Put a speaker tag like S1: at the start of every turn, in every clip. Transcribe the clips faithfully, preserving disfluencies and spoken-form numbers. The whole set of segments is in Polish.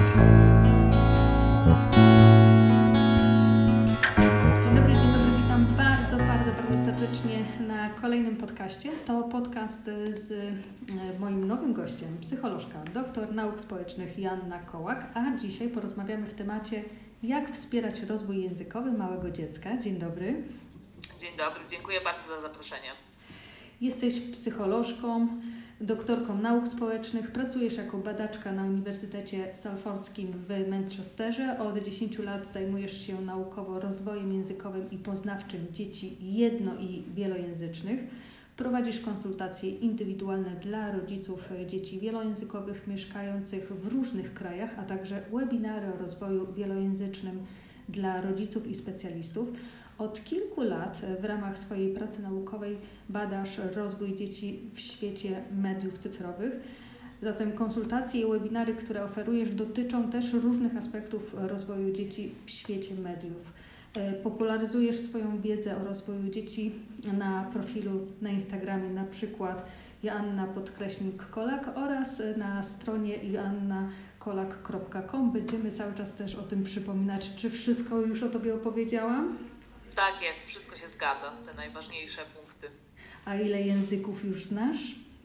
S1: Na kolejnym podcaście. To podcast z moim nowym gościem, psycholożka, doktor nauk społecznych Joanna Kołak, a dzisiaj porozmawiamy w temacie, jak wspierać rozwój językowy małego dziecka. Dzień dobry.
S2: Dzień dobry, dziękuję bardzo za zaproszenie.
S1: Jesteś psycholożką, doktorką nauk społecznych, pracujesz jako badaczka na Uniwersytecie Salfordskim w Manchesterze. Od dziesięciu lat zajmujesz się naukowo rozwojem językowym i poznawczym dzieci jedno- i wielojęzycznych. Prowadzisz konsultacje indywidualne dla rodziców dzieci wielojęzykowych mieszkających w różnych krajach, a także webinary o rozwoju wielojęzycznym dla rodziców i specjalistów. Od kilku lat w ramach swojej pracy naukowej badasz rozwój dzieci w świecie mediów cyfrowych. Zatem konsultacje i webinary, które oferujesz, dotyczą też różnych aspektów rozwoju dzieci w świecie mediów. Popularyzujesz swoją wiedzę o rozwoju dzieci na profilu na Instagramie, na przykład Joanna podkreśnik Kolak oraz na stronie joanna kolak kropka com. Będziemy cały czas też o tym przypominać. Czy wszystko już o Tobie opowiedziałam?
S2: Tak jest, wszystko się zgadza, te najważniejsze punkty.
S1: A ile języków już znasz?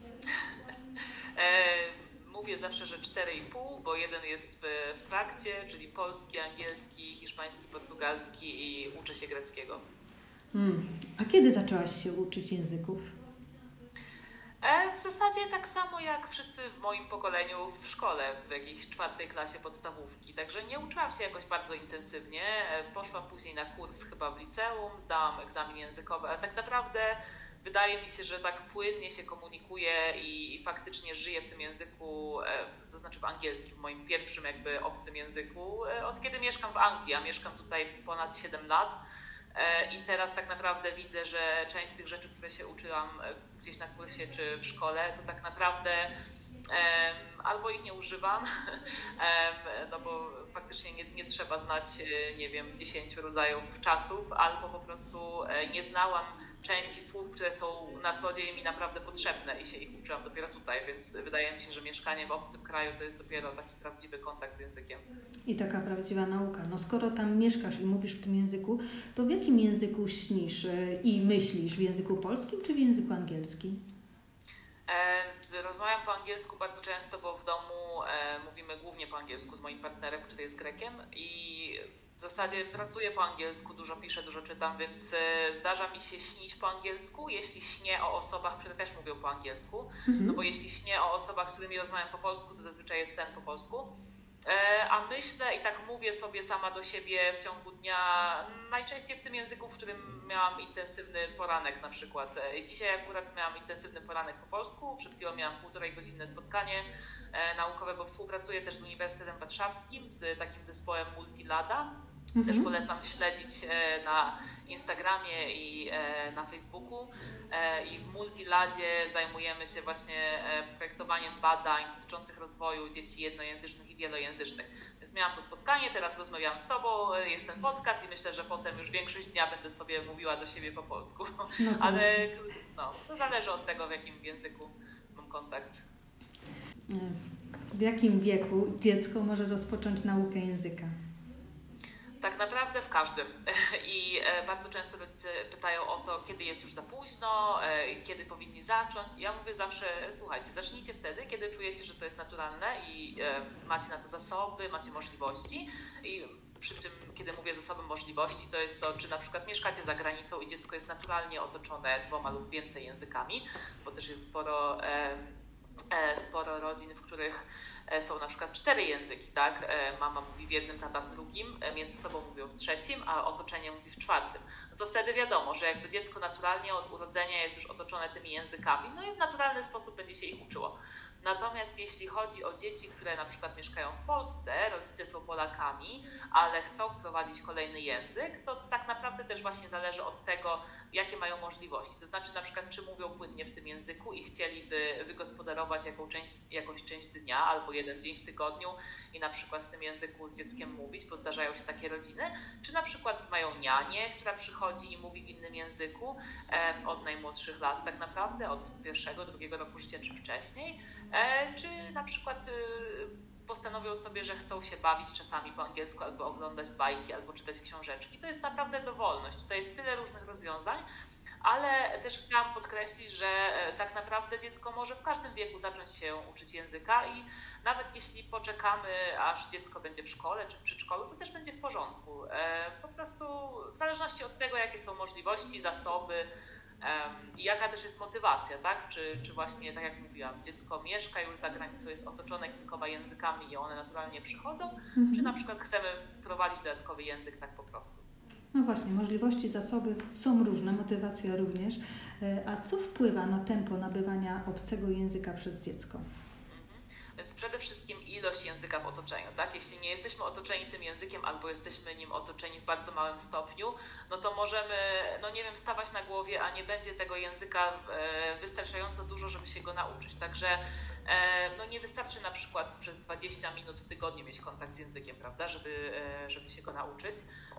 S2: e, mówię zawsze, że cztery i pół, bo jeden jest w, w trakcie, czyli polski, angielski, hiszpański, portugalski i uczę się greckiego.
S1: Hmm. A kiedy zaczęłaś się uczyć języków?
S2: E, w zasadzie tak samo jak wszyscy w moim pokoleniu w szkole, w jakiejś czwartej klasie podstawówki. Także nie uczyłam się jakoś bardzo intensywnie. E, poszłam później na kurs chyba w liceum, zdałam egzamin językowy, ale tak naprawdę wydaje mi się, że tak płynnie się komunikuję i, i faktycznie żyję w tym języku, e, to znaczy w angielskim, w moim pierwszym jakby obcym języku, e, od kiedy mieszkam w Anglii. Ja mieszkam tutaj ponad siedem lat. I teraz tak naprawdę widzę, że część tych rzeczy, które się uczyłam gdzieś na kursie czy w szkole, to tak naprawdę um, albo ich nie używam, um, no bo faktycznie nie, nie trzeba znać, nie wiem, dziesięciu rodzajów czasów, albo po prostu nie znałam części słów, które są na co dzień mi naprawdę potrzebne i się ich uczyłam dopiero tutaj, więc wydaje mi się, że mieszkanie w obcym kraju to jest dopiero taki prawdziwy kontakt z językiem.
S1: I taka prawdziwa nauka. No skoro tam mieszkasz i mówisz w tym języku, to w jakim języku śnisz i myślisz? W języku polskim czy w języku angielskim?
S2: E, rozmawiam po angielsku bardzo często, bo w domu e, mówimy głównie po angielsku z moim partnerem, który jest Grekiem i w zasadzie pracuję po angielsku, dużo piszę, dużo czytam, więc zdarza mi się śnić po angielsku, jeśli śnię o osobach, które też mówią po angielsku, mhm. no bo jeśli śnię o osobach, z którymi rozmawiam po polsku, to zazwyczaj jest sen po polsku. A myślę i tak mówię sobie sama do siebie w ciągu dnia, najczęściej w tym języku, w którym miałam intensywny poranek na przykład. Dzisiaj akurat miałam intensywny poranek po polsku, przed chwilą miałam półtorej godzinne spotkanie naukowe, bo współpracuję też z Uniwersytetem Warszawskim, z takim zespołem Multilada. Mhm. Też polecam śledzić na Instagramie i na Facebooku. I w Multiladzie zajmujemy się właśnie projektowaniem badań dotyczących rozwoju dzieci jednojęzycznych i wielojęzycznych. Więc miałam to spotkanie, teraz rozmawiam z Tobą, jest ten podcast i myślę, że potem już większość dnia będę sobie mówiła do siebie po polsku. No ale no, to zależy od tego, w jakim języku mam kontakt.
S1: W jakim wieku dziecko może rozpocząć naukę języka?
S2: Tak naprawdę w każdym. I bardzo często rodzice pytają o to, kiedy jest już za późno, kiedy powinni zacząć. Ja mówię zawsze, słuchajcie, zacznijcie wtedy, kiedy czujecie, że to jest naturalne i macie na to zasoby, macie możliwości. I przy czym, kiedy mówię zasoby możliwości, to jest to, czy na przykład mieszkacie za granicą i dziecko jest naturalnie otoczone dwoma lub więcej językami, bo też jest sporo, sporo rodzin, w których są na przykład cztery języki, tak? Mama mówi w jednym, tata w drugim, między sobą mówią w trzecim, a otoczenie mówi w czwartym. No to wtedy wiadomo, że jakby dziecko naturalnie od urodzenia jest już otoczone tymi językami, no i w naturalny sposób będzie się ich uczyło. Natomiast jeśli chodzi o dzieci, które na przykład mieszkają w Polsce, rodzice są Polakami, ale chcą wprowadzić kolejny język, to tak naprawdę też właśnie zależy od tego, jakie mają możliwości. To znaczy na przykład, czy mówią płynnie w tym języku i chcieliby wygospodarować jaką część, jakąś część dnia albo jeden dzień w tygodniu i na przykład w tym języku z dzieckiem mówić, bo zdarzają się takie rodziny, czy na przykład mają nianię, która przychodzi i mówi w innym języku od najmłodszych lat tak naprawdę, od pierwszego, drugiego roku życia czy wcześniej, czy na przykład postanowią sobie, że chcą się bawić czasami po angielsku, albo oglądać bajki, albo czytać książeczki. To jest naprawdę dowolność. Tutaj jest tyle różnych rozwiązań, ale też chciałam podkreślić, że tak naprawdę dziecko może w każdym wieku zacząć się uczyć języka i nawet jeśli poczekamy, aż dziecko będzie w szkole czy w przedszkolu, to też będzie w porządku. Po prostu w zależności od tego, jakie są możliwości, zasoby i jaka też jest motywacja, tak? Czy, czy właśnie, tak jak mówiłam, dziecko mieszka już za granicą, jest otoczone kilkoma językami i one naturalnie przychodzą, mhm. czy na przykład chcemy wprowadzić dodatkowy język tak po prostu.
S1: No właśnie, możliwości, zasoby są różne, motywacja również. A co wpływa na tempo nabywania obcego języka przez dziecko?
S2: Więc przede wszystkim ilość języka w otoczeniu, tak? Jeśli nie jesteśmy otoczeni tym językiem albo jesteśmy nim otoczeni w bardzo małym stopniu, no to możemy, no nie wiem, stawać na głowie, a nie będzie tego języka wystarczająco dużo, żeby się go nauczyć. Także no nie wystarczy na przykład przez dwadzieścia minut w tygodniu mieć kontakt z językiem, prawda, żeby, żeby się go nauczyć.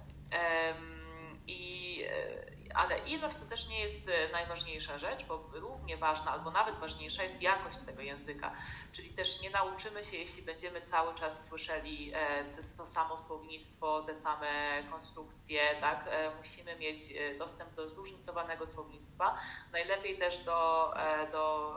S2: I, ale ilość to też nie jest najważniejsza rzecz, bo równie ważna albo nawet ważniejsza jest jakość tego języka. Czyli też nie nauczymy się, jeśli będziemy cały czas słyszeli to, to samo słownictwo, te same konstrukcje, tak? Musimy mieć dostęp do zróżnicowanego słownictwa, najlepiej też do, do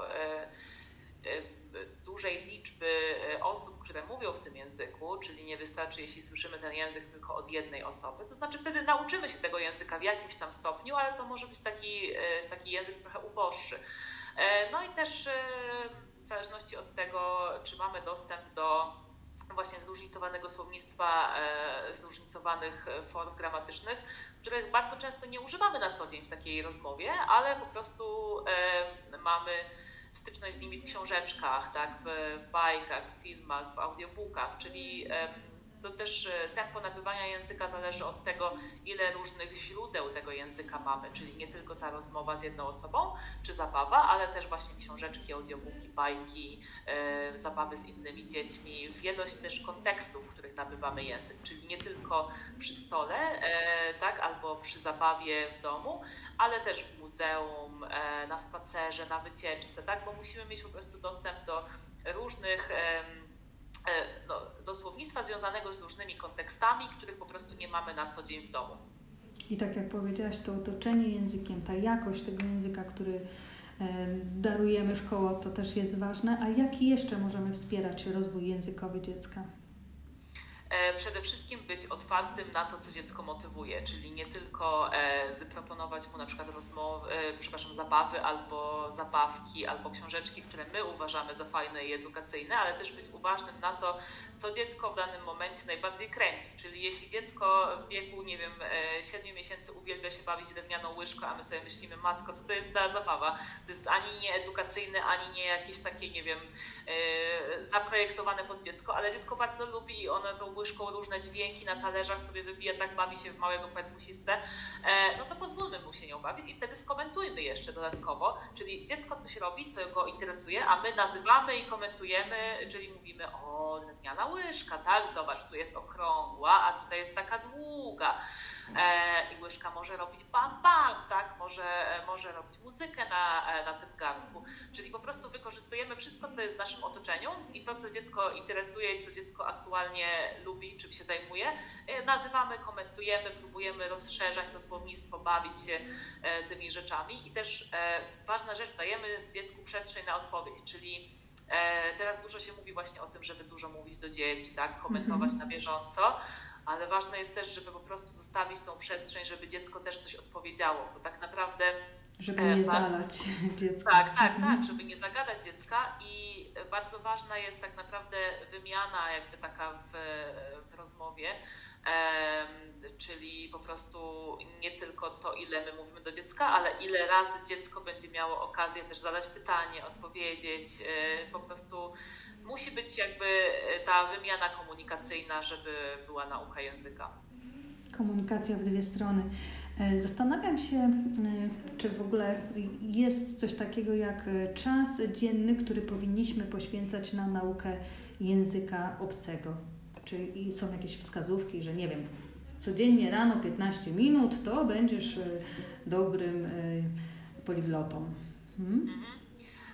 S2: dużej liczby osób, które mówią w tym języku, czyli nie wystarczy, jeśli słyszymy ten język tylko od jednej osoby, to znaczy wtedy nauczymy się tego języka w jakimś tam stopniu, ale to może być taki, taki język trochę uboższy. No i też w zależności od tego, czy mamy dostęp do właśnie zróżnicowanego słownictwa, zróżnicowanych form gramatycznych, których bardzo często nie używamy na co dzień w takiej rozmowie, ale po prostu mamy styczność z nimi w książeczkach, tak, w bajkach, w filmach, w audiobookach, czyli to też tempo nabywania języka zależy od tego, ile różnych źródeł tego języka mamy, czyli nie tylko ta rozmowa z jedną osobą, czy zabawa, ale też właśnie książeczki, audiobooki, bajki, e, zabawy z innymi dziećmi, wielość też kontekstów, w których nabywamy język, czyli nie tylko przy stole, e, tak, albo przy zabawie w domu, ale też w muzeum, e, na spacerze, na wycieczce, tak, bo musimy mieć po prostu dostęp do różnych e, No, do słownictwa związanego z różnymi kontekstami, których po prostu nie mamy na co dzień w domu.
S1: I tak jak powiedziałaś, to otoczenie językiem, ta jakość tego języka, który darujemy w koło, to też jest ważne. A jaki jeszcze możemy wspierać rozwój językowy dziecka?
S2: Przede wszystkim być otwartym na to, co dziecko motywuje, czyli nie tylko proponować mu na przykład rozmowy, przepraszam, zabawy albo zabawki, albo książeczki, które my uważamy za fajne i edukacyjne, ale też być uważnym na to, co dziecko w danym momencie najbardziej kręci. Czyli jeśli dziecko w wieku, nie wiem, siedmiu miesięcy uwielbia się bawić drewnianą łyżką, a my sobie myślimy, matko, co to jest za zabawa? To jest ani nie edukacyjne, ani nie jakieś takie, nie wiem, zaprojektowane pod dziecko, ale dziecko bardzo lubi i ono tą łyżką różne dźwięki na talerzach sobie wybija, tak bawi się w małego perkusistę, no to pozwólmy mu się nią bawić i wtedy skomentujmy jeszcze dodatkowo, czyli dziecko coś robi, co go interesuje, a my nazywamy i komentujemy, czyli mówimy, o, drewniana łyżka, tak, zobacz, tu jest okrągła, a tutaj jest taka długa. I łyżka może robić bam, bam, tak? Może, może robić muzykę na, na tym garnku. Czyli po prostu wykorzystujemy wszystko, co jest w naszym otoczeniu i to, co dziecko interesuje i co dziecko aktualnie lubi, czym się zajmuje. Nazywamy, komentujemy, próbujemy rozszerzać to słownictwo, bawić się tymi rzeczami. I też ważna rzecz, dajemy dziecku przestrzeń na odpowiedź, czyli teraz dużo się mówi właśnie o tym, żeby dużo mówić do dzieci, tak? Komentować mm-hmm. na bieżąco. Ale ważne jest też, żeby po prostu zostawić tą przestrzeń, żeby dziecko też coś odpowiedziało, bo tak naprawdę...
S1: Żeby nie zalać dziecka.
S2: Tak, tak, tak, żeby nie zagadać dziecka i bardzo ważna jest tak naprawdę wymiana jakby taka w, w rozmowie, um, czyli po prostu nie tylko to, ile my mówimy do dziecka, ale ile razy dziecko będzie miało okazję też zadać pytanie, odpowiedzieć, po prostu... Musi być jakby ta wymiana komunikacyjna, żeby była nauka języka.
S1: Komunikacja w dwie strony. Zastanawiam się, czy w ogóle jest coś takiego jak czas dzienny, który powinniśmy poświęcać na naukę języka obcego. Czy są jakieś wskazówki, że nie wiem, codziennie rano piętnaście minut, to będziesz dobrym poliglotą. Hmm?
S2: Mhm.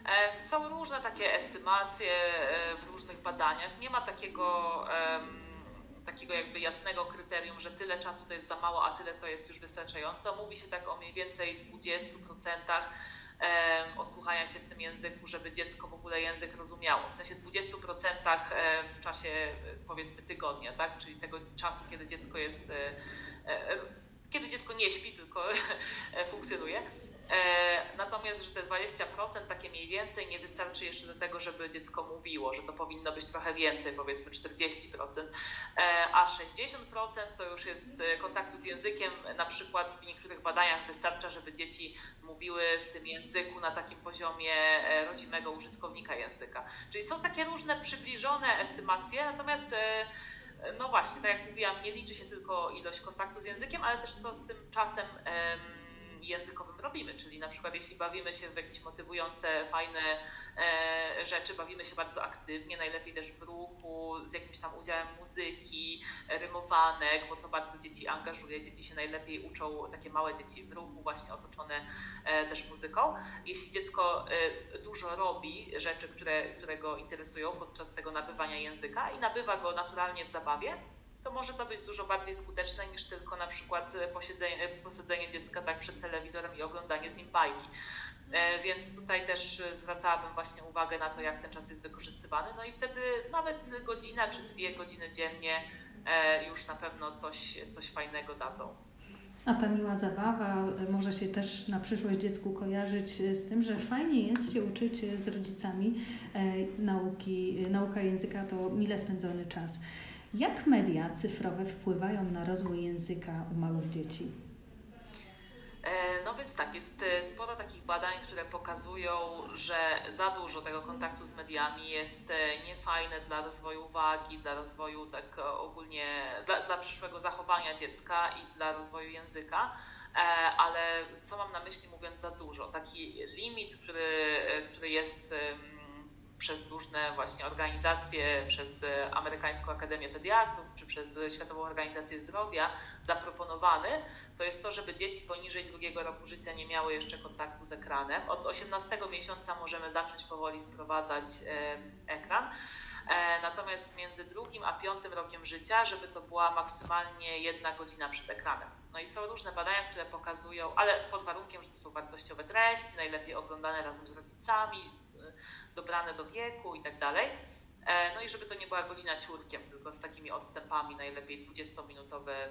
S2: Są różne takie estymacje w różnych badaniach. Nie ma takiego, takiego jakby jasnego kryterium, że tyle czasu to jest za mało, a tyle to jest już wystarczająco. Mówi się tak o mniej więcej dwudziestu procentach osłuchania się w tym języku, żeby dziecko w ogóle język rozumiało. W sensie dwudziestu procentach w czasie powiedzmy tygodnia, tak? Czyli tego czasu, kiedy dziecko jest, kiedy dziecko nie śpi, tylko funkcjonuje. Natomiast, że te dwadzieścia procent takie mniej więcej nie wystarczy jeszcze do tego, żeby dziecko mówiło, że to powinno być trochę więcej, powiedzmy czterdzieści procent, a sześćdziesiąt procent to już jest kontaktu z językiem. Na przykład w niektórych badaniach wystarcza, żeby dzieci mówiły w tym języku na takim poziomie rodzimego użytkownika języka. Czyli są takie różne przybliżone estymacje, natomiast no właśnie, tak jak mówiłam, nie liczy się tylko ilość kontaktu z językiem, ale też co z tym czasem językowym robimy, czyli na przykład jeśli bawimy się w jakieś motywujące, fajne e, rzeczy, bawimy się bardzo aktywnie, najlepiej też w ruchu, z jakimś tam udziałem muzyki, rymowanek, bo to bardzo dzieci angażuje, dzieci się najlepiej uczą, takie małe dzieci w ruchu właśnie otoczone e, też muzyką. Jeśli dziecko e, dużo robi rzeczy, które, które go interesują podczas tego nabywania języka i nabywa go naturalnie w zabawie, to może to być dużo bardziej skuteczne niż tylko na przykład posiedzenie, posadzenie dziecka tak przed telewizorem i oglądanie z nim bajki. E, więc tutaj też zwracałabym właśnie uwagę na to, jak ten czas jest wykorzystywany. No i wtedy nawet godzina czy dwie godziny dziennie e, już na pewno coś, coś fajnego dadzą.
S1: A ta miła zabawa może się też na przyszłość dziecku kojarzyć z tym, że fajnie jest się uczyć z rodzicami e, nauki, nauka języka to mile spędzony czas. Jak media cyfrowe wpływają na rozwój języka u małych dzieci?
S2: No więc tak, jest sporo takich badań, które pokazują, że za dużo tego kontaktu z mediami jest niefajne dla rozwoju uwagi, dla rozwoju tak ogólnie, dla, dla przyszłego zachowania dziecka i dla rozwoju języka. Ale co mam na myśli mówiąc za dużo? Taki limit, który, który jest przez różne właśnie organizacje, przez Amerykańską Akademię Pediatrów czy przez Światową Organizację Zdrowia zaproponowany, to jest to, żeby dzieci poniżej drugiego roku życia nie miały jeszcze kontaktu z ekranem. Od osiemnastego miesiąca możemy zacząć powoli wprowadzać ekran. Natomiast między drugim a piątym rokiem życia, żeby to była maksymalnie jedna godzina przed ekranem. No i są różne badania, które pokazują, ale pod warunkiem, że to są wartościowe treści, najlepiej oglądane razem z rodzicami, dobrane do wieku i tak dalej. No i żeby to nie była godzina ciurkiem, tylko z takimi odstępami, najlepiej dwudziestominutowe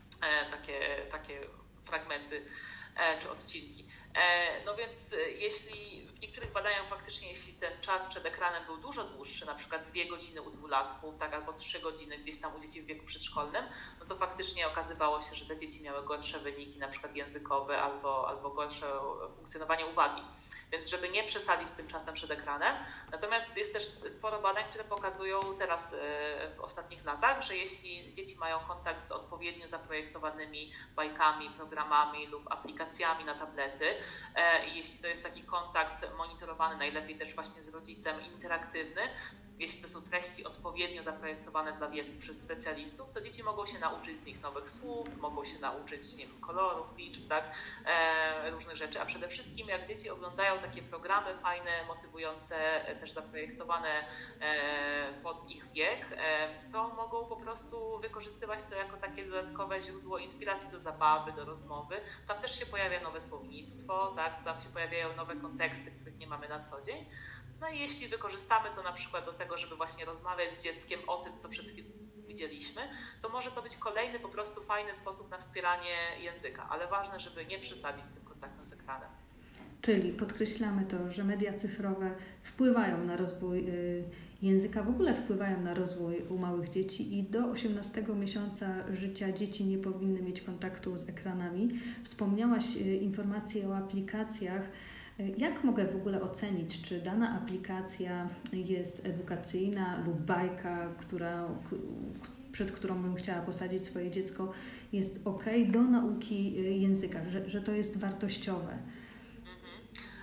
S2: takie, takie fragmenty czy odcinki. No więc jeśli w niektórych badaniach faktycznie, jeśli ten czas przed ekranem był dużo dłuższy, na przykład dwie godziny u dwulatków, tak, albo trzy godziny gdzieś tam u dzieci w wieku przedszkolnym, no to faktycznie okazywało się, że te dzieci miały gorsze wyniki, na przykład językowe albo, albo gorsze funkcjonowanie uwagi. Więc żeby nie przesadzić z tym czasem przed ekranem. Natomiast jest też sporo badań, które pokazują teraz w ostatnich latach, że jeśli dzieci mają kontakt z odpowiednio zaprojektowanymi bajkami, programami lub aplikacjami na tablety i jeśli to jest taki kontakt monitorowany najlepiej też właśnie z rodzicem, interaktywny, jeśli to są treści odpowiednio zaprojektowane dla wieku przez specjalistów, to dzieci mogą się nauczyć z nich nowych słów, mogą się nauczyć, nie wiem, kolorów, liczb, tak, e, różnych rzeczy, a przede wszystkim jak dzieci oglądają takie programy fajne, motywujące, też zaprojektowane e, pod ich wiek, e, to mogą po prostu wykorzystywać to jako takie dodatkowe źródło inspiracji do zabawy, do rozmowy. Tam też się pojawia nowe słownictwo, tak, tam się pojawiają nowe konteksty, których nie mamy na co dzień. No i jeśli wykorzystamy to na przykład do tego, żeby właśnie rozmawiać z dzieckiem o tym, co przed chwilą widzieliśmy, to może to być kolejny po prostu fajny sposób na wspieranie języka, ale ważne, żeby nie przesadzić z tym kontaktem z ekranem.
S1: Czyli podkreślamy to, że media cyfrowe wpływają na rozwój języka, w ogóle wpływają na rozwój u małych dzieci i do osiemnastego miesiąca życia dzieci nie powinny mieć kontaktu z ekranami. Wspomniałaś informacje o aplikacjach. Jak mogę w ogóle ocenić, czy dana aplikacja jest edukacyjna lub bajka, która, przed którą bym chciała posadzić swoje dziecko, jest ok do nauki języka, że, że to jest wartościowe?
S2: Mhm.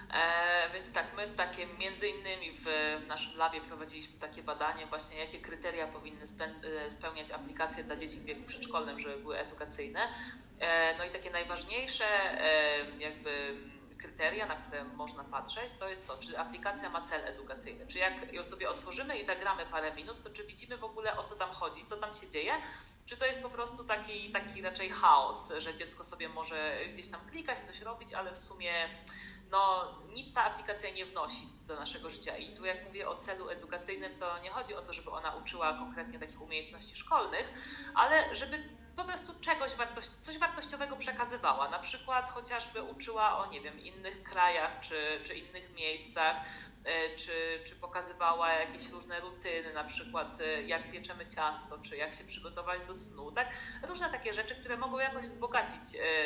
S2: E, więc tak, my takie między innymi w, w naszym labie prowadziliśmy takie badanie właśnie, jakie kryteria powinny spełniać aplikacje dla dzieci w wieku przedszkolnym, żeby były edukacyjne. E, no i takie najważniejsze e, jakby kryteria, na które można patrzeć, to jest to, czy aplikacja ma cel edukacyjny, czy jak ją sobie otworzymy i zagramy parę minut, to czy widzimy w ogóle, o co tam chodzi, co tam się dzieje, czy to jest po prostu taki, taki raczej chaos, że dziecko sobie może gdzieś tam klikać, coś robić, ale w sumie no, nic ta aplikacja nie wnosi do naszego życia. I tu jak mówię o celu edukacyjnym, to nie chodzi o to, żeby ona uczyła konkretnie takich umiejętności szkolnych, ale żeby po prostu czegoś wartość, coś wartościowego przekazywała. Na przykład chociażby uczyła o, nie wiem, innych krajach czy, czy innych miejscach, czy, czy pokazywała jakieś różne rutyny, na przykład jak pieczemy ciasto, czy jak się przygotować do snu, tak? Różne takie rzeczy, które mogą jakoś wzbogacić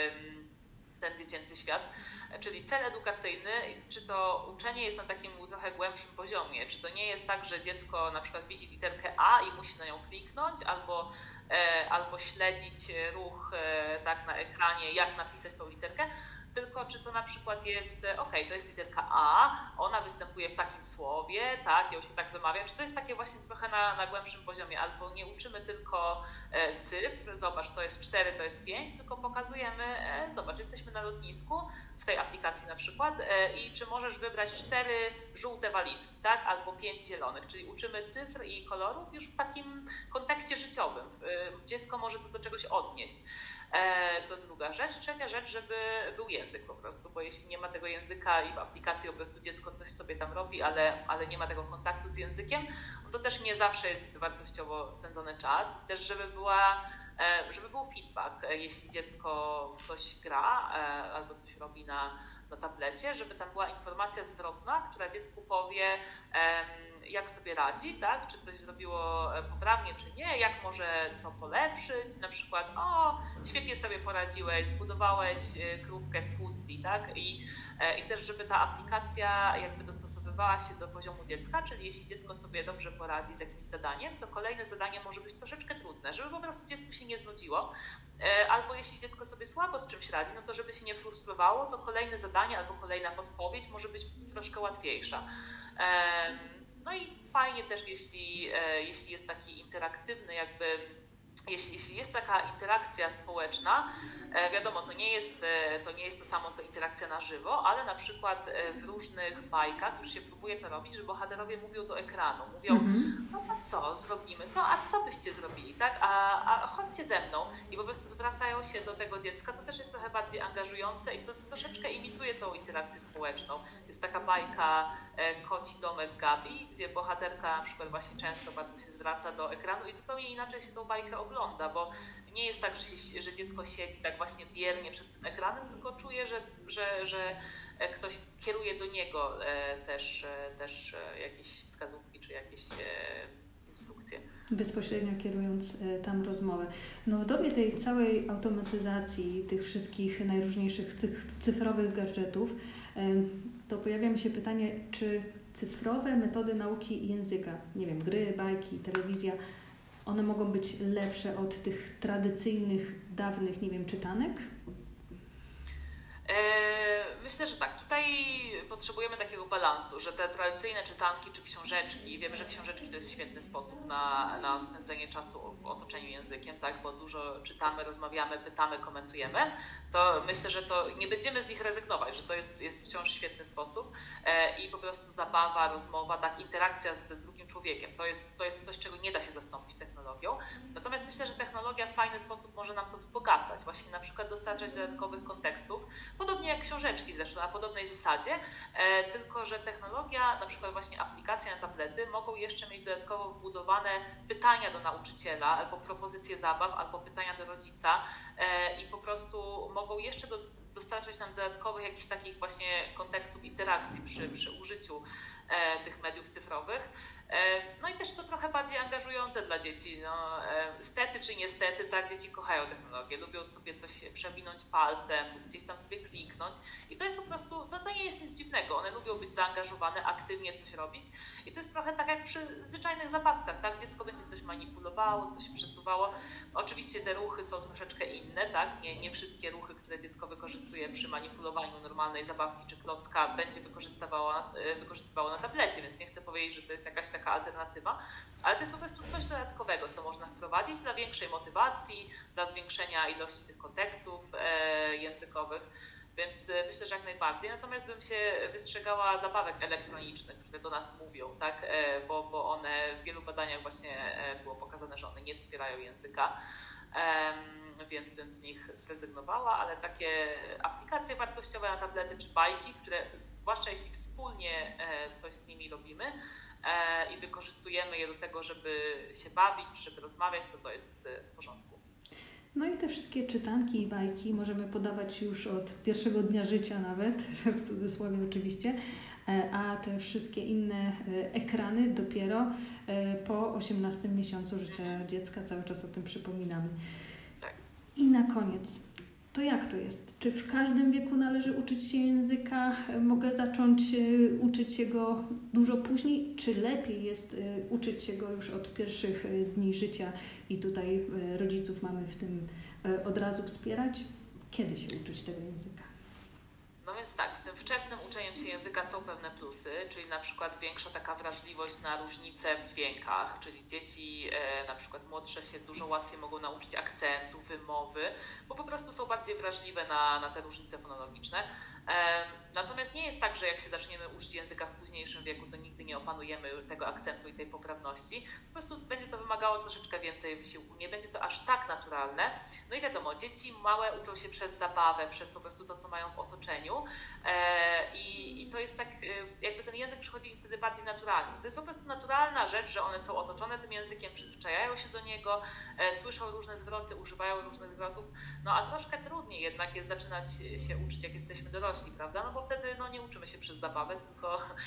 S2: ten dziecięcy świat. Czyli cel edukacyjny, czy to uczenie jest na takim trochę głębszym poziomie, czy to nie jest tak, że dziecko na przykład widzi literkę A i musi na nią kliknąć, albo, e, albo śledzić ruch e, tak na ekranie, jak napisać tą literkę, tylko czy to na przykład jest, ok, to jest literka A, ona występuje w takim słowie, tak, ją się tak wymawia, czy to jest takie właśnie trochę na, na głębszym poziomie, albo nie uczymy tylko e, cyfr, zobacz, to jest cztery, to jest pięć, tylko pokazujemy, e, zobacz, jesteśmy na lotnisku, w tej aplikacji na przykład e, i czy możesz wybrać cztery żółte walizki, tak, albo pięć zielonych, czyli uczymy cyfr i kolorów już w takim kontekście życiowym. E, dziecko może to do czegoś odnieść. To druga rzecz. Trzecia rzecz, żeby był język po prostu, bo jeśli nie ma tego języka i w aplikacji po prostu dziecko coś sobie tam robi, ale, ale nie ma tego kontaktu z językiem, to też nie zawsze jest wartościowo spędzony czas. Też żeby była, żeby był feedback, jeśli dziecko w coś gra albo coś robi na, na tablecie, żeby tam była informacja zwrotna, która dziecku powie, jak sobie radzi, tak? Czy coś zrobiło poprawnie, czy nie, jak może to polepszyć, na przykład o, świetnie sobie poradziłeś, zbudowałeś krówkę z pustki, tak? I, i też, żeby ta aplikacja jakby dostosowywała się do poziomu dziecka, czyli jeśli dziecko sobie dobrze poradzi z jakimś zadaniem, to kolejne zadanie może być troszeczkę trudne, żeby po prostu dziecku się nie znudziło, albo jeśli dziecko sobie słabo z czymś radzi, no to żeby się nie frustrowało, to kolejne zadanie albo kolejna podpowiedź może być troszkę łatwiejsza. No i fajnie też, jeśli, jeśli jest taki interaktywny jakby, jeśli, jeśli jest taka interakcja społeczna, wiadomo, to nie, jest, to nie jest to samo co interakcja na żywo, ale na przykład w różnych bajkach już się próbuje to robić, że bohaterowie mówią do ekranu, mówią, mm-hmm. no a co zrobimy, no a co byście zrobili, tak, a, a chodźcie ze mną i po prostu zwracają się do tego dziecka, to też jest trochę bardziej angażujące i to troszeczkę imituje tą interakcję społeczną. Jest taka bajka Koci domek Gabi, gdzie bohaterka na przykład właśnie często bardzo się zwraca do ekranu i zupełnie inaczej się tą bajkę ogląda, bo nie jest tak, że, się, że dziecko siedzi tak właśnie biernie przed tym ekranem, tylko czuje, że, że, że ktoś kieruje do niego też, też jakieś wskazówki czy jakieś instrukcje.
S1: Bezpośrednio kierując tam rozmowę. No w dobie tej całej automatyzacji, tych wszystkich najróżniejszych cyfrowych gadżetów, to pojawia mi się pytanie, czy cyfrowe metody nauki języka, nie wiem, gry, bajki, telewizja, one mogą być lepsze od tych tradycyjnych, dawnych, nie wiem, czytanek?
S2: Myślę, że tak. Tutaj potrzebujemy takiego balansu, że te tradycyjne czytanki czy książeczki, wiemy, że książeczki to jest świetny sposób na, na spędzenie czasu w otoczeniu językiem, tak, bo dużo czytamy, rozmawiamy, pytamy, komentujemy, to myślę, że to nie będziemy z nich rezygnować, że to jest, jest wciąż świetny sposób i po prostu zabawa, rozmowa, tak, interakcja z drugim człowiekiem, to jest, to jest coś, czego nie da się zastąpić technologią. Natomiast myślę, że technologia w fajny sposób może nam to wzbogacać, właśnie na przykład dostarczać dodatkowych kontekstów, podobnie jak książeczki zresztą, na podobnej zasadzie, e, tylko że technologia, na przykład właśnie aplikacje na tablety mogą jeszcze mieć dodatkowo wbudowane pytania do nauczyciela, albo propozycje zabaw, albo pytania do rodzica e, i po prostu mogą jeszcze do, dostarczać nam dodatkowych jakichś takich właśnie kontekstów interakcji przy, przy użyciu e, tych mediów cyfrowych. No i też są trochę bardziej angażujące dla dzieci. No, stety czy niestety, tak, dzieci kochają technologię, lubią sobie coś przewinąć palcem, gdzieś tam sobie kliknąć i to jest po prostu, no to nie jest nic dziwnego, one lubią być zaangażowane, aktywnie coś robić i to jest trochę tak jak przy zwyczajnych zabawkach, tak, dziecko będzie coś manipulowało, coś przesuwało. Oczywiście te ruchy są troszeczkę inne, tak, nie, nie wszystkie ruchy, które dziecko wykorzystuje przy manipulowaniu normalnej zabawki czy klocka będzie wykorzystywało, wykorzystywało na tablecie, więc nie chcę powiedzieć, że to jest jakaś taka alternatywa, ale to jest po prostu coś dodatkowego, co można wprowadzić dla większej motywacji, dla zwiększenia ilości tych kontekstów e, językowych. Więc myślę, że jak najbardziej. Natomiast bym się wystrzegała zabawek elektronicznych, które do nas mówią, tak? bo, bo one w wielu badaniach właśnie było pokazane, że one nie wspierają języka. Więc bym z nich zrezygnowała, ale takie aplikacje wartościowe na tablety czy bajki, które zwłaszcza jeśli wspólnie coś z nimi robimy i wykorzystujemy je do tego, żeby się bawić, żeby rozmawiać, to to jest w porządku.
S1: No i te wszystkie czytanki i bajki możemy podawać już od pierwszego dnia życia nawet, w cudzysłowie oczywiście, a te wszystkie inne ekrany dopiero po osiemnastym miesiącu życia dziecka, cały czas o tym przypominamy.
S2: Tak.
S1: I na koniec, to jak to jest? Czy w każdym wieku należy uczyć się języka? Mogę zacząć uczyć się go dużo później? Czy lepiej jest uczyć się go już od pierwszych dni życia i tutaj rodziców mamy w tym od razu wspierać? Kiedy się uczyć tego języka?
S2: No więc tak, z tym wczesnym uczeniem się języka są pewne plusy, czyli na przykład większa taka wrażliwość na różnice w dźwiękach, czyli dzieci e, na przykład młodsze się dużo łatwiej mogą nauczyć akcentu, wymowy, bo po prostu są bardziej wrażliwe na, na te różnice fonologiczne. E, natomiast nie jest tak, że jak się zaczniemy uczyć języka w późniejszym wieku, to nigdy nie opanujemy tego akcentu i tej poprawności. Po prostu będzie to wymagało troszeczkę więcej wysiłku, nie będzie to aż tak naturalne. No i wiadomo, dzieci małe uczą się przez zabawę, przez po prostu to, co mają w otoczeniu. I, I to jest tak, jakby ten język przychodzi im wtedy bardziej naturalnie. To jest po prostu naturalna rzecz, że one są otoczone tym językiem, przyzwyczajają się do niego, słyszą różne zwroty, używają różnych zwrotów. No a troszkę trudniej jednak jest zaczynać się uczyć, jak jesteśmy dorośli, prawda? No bo wtedy no, nie uczymy się przez zabawę, tylko um,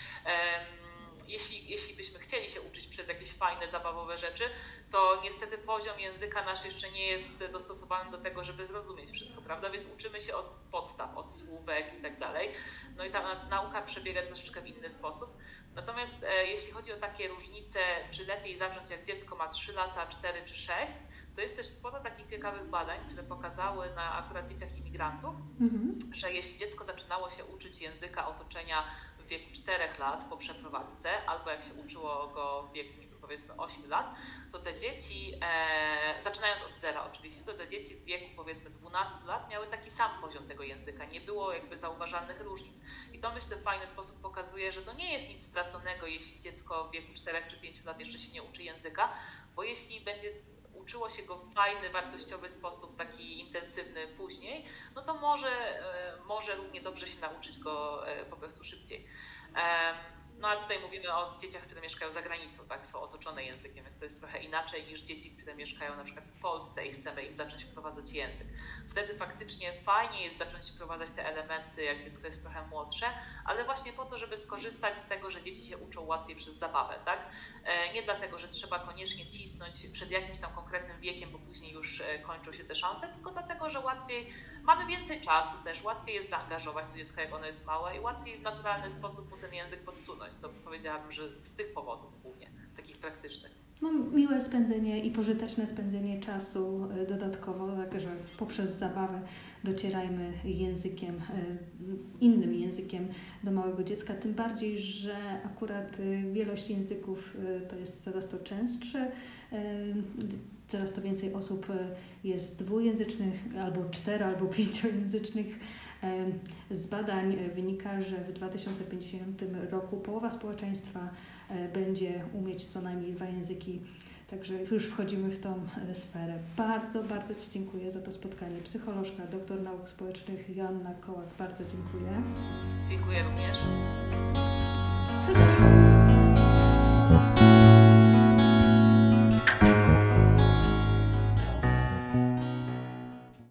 S2: jeśli, jeśli byśmy chcieli się uczyć przez jakieś fajne, zabawowe rzeczy, to niestety poziom języka nasz jeszcze nie jest dostosowany do tego, żeby zrozumieć wszystko, prawda? Więc uczymy się od podstaw, od słówek i tak dalej. No i ta nauka przebiega troszeczkę w inny sposób. Natomiast e, jeśli chodzi o takie różnice, czy lepiej zacząć jak dziecko ma trzy lata, cztery czy sześć, to jest też sporo takich ciekawych badań, które pokazały na akurat dzieciach imigrantów, mhm. że jeśli dziecko zaczynało się uczyć języka otoczenia w wieku czterech lat po przeprowadzce, albo jak się uczyło go w wieku powiedzmy ośmiu lat, to te dzieci, e, zaczynając od zera oczywiście, to te dzieci w wieku powiedzmy dwunastu lat miały taki sam poziom tego języka, nie było jakby zauważalnych różnic. I to myślę w fajny sposób pokazuje, że to nie jest nic straconego, jeśli dziecko w wieku czterech czy pięciu lat jeszcze się nie uczy języka, bo jeśli będzie uczyło się go w fajny, wartościowy sposób, taki intensywny później, no to może, może równie dobrze się nauczyć go po prostu szybciej. No a tutaj mówimy o dzieciach, które mieszkają za granicą, tak, są otoczone językiem, więc to jest trochę inaczej niż dzieci, które mieszkają na przykład w Polsce i chcemy im zacząć wprowadzać język. Wtedy faktycznie fajnie jest zacząć wprowadzać te elementy, jak dziecko jest trochę młodsze, ale właśnie po to, żeby skorzystać z tego, że dzieci się uczą łatwiej przez zabawę, tak? Nie dlatego, że trzeba koniecznie cisnąć przed jakimś tam konkretnym wiekiem, bo później już kończą się te szanse, tylko dlatego, że łatwiej, mamy więcej czasu też, łatwiej jest zaangażować to dziecko, jak ono jest małe i łatwiej w naturalny sposób mu ten język podsunąć. To powiedziałabym, że z tych powodów głównie, takich praktycznych.
S1: No, miłe spędzenie i pożyteczne spędzenie czasu dodatkowo, tak, że poprzez zabawę docierajmy językiem, innym językiem do małego dziecka, tym bardziej, że akurat wielość języków to jest coraz to częstsze, coraz to więcej osób jest dwujęzycznych, albo cztero, albo pięciojęzycznych. Z badań wynika, że w dwa tysiące pięćdziesiątym roku połowa społeczeństwa będzie umieć co najmniej dwa języki, także już wchodzimy w tą sferę. Bardzo, bardzo Ci dziękuję za to spotkanie. Psycholożka, doktor nauk społecznych Joanna Kołak, bardzo dziękuję.
S2: Dziękuję również.
S1: Program.